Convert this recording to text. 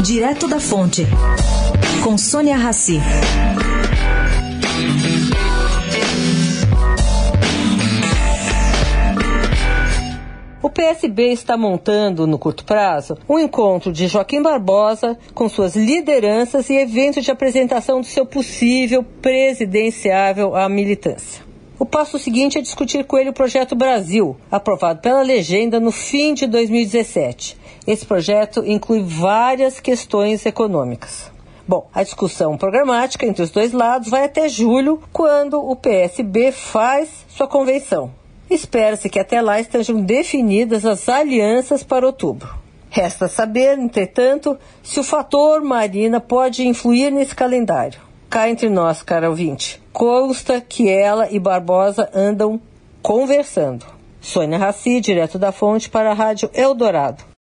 Direto da Fonte, com Sônia Rassi. O PSB está montando, no curto prazo, um encontro de Joaquim Barbosa com suas lideranças e evento de apresentação do seu possível presidenciável à militância. O passo seguinte é discutir com ele o Projeto Brasil, aprovado pela legenda no fim de 2017. Esse projeto inclui várias questões econômicas. Bom, a discussão programática entre os dois lados vai até julho, quando o PSB faz sua convenção. Espera-se que até lá estejam definidas as alianças para outubro. Resta saber, entretanto, se o fator Marina pode influir nesse calendário. Cá entre nós, cara ouvinte, consta que ela e Barbosa andam conversando. Sônia Rassi, direto da Fonte, para a Rádio Eldorado.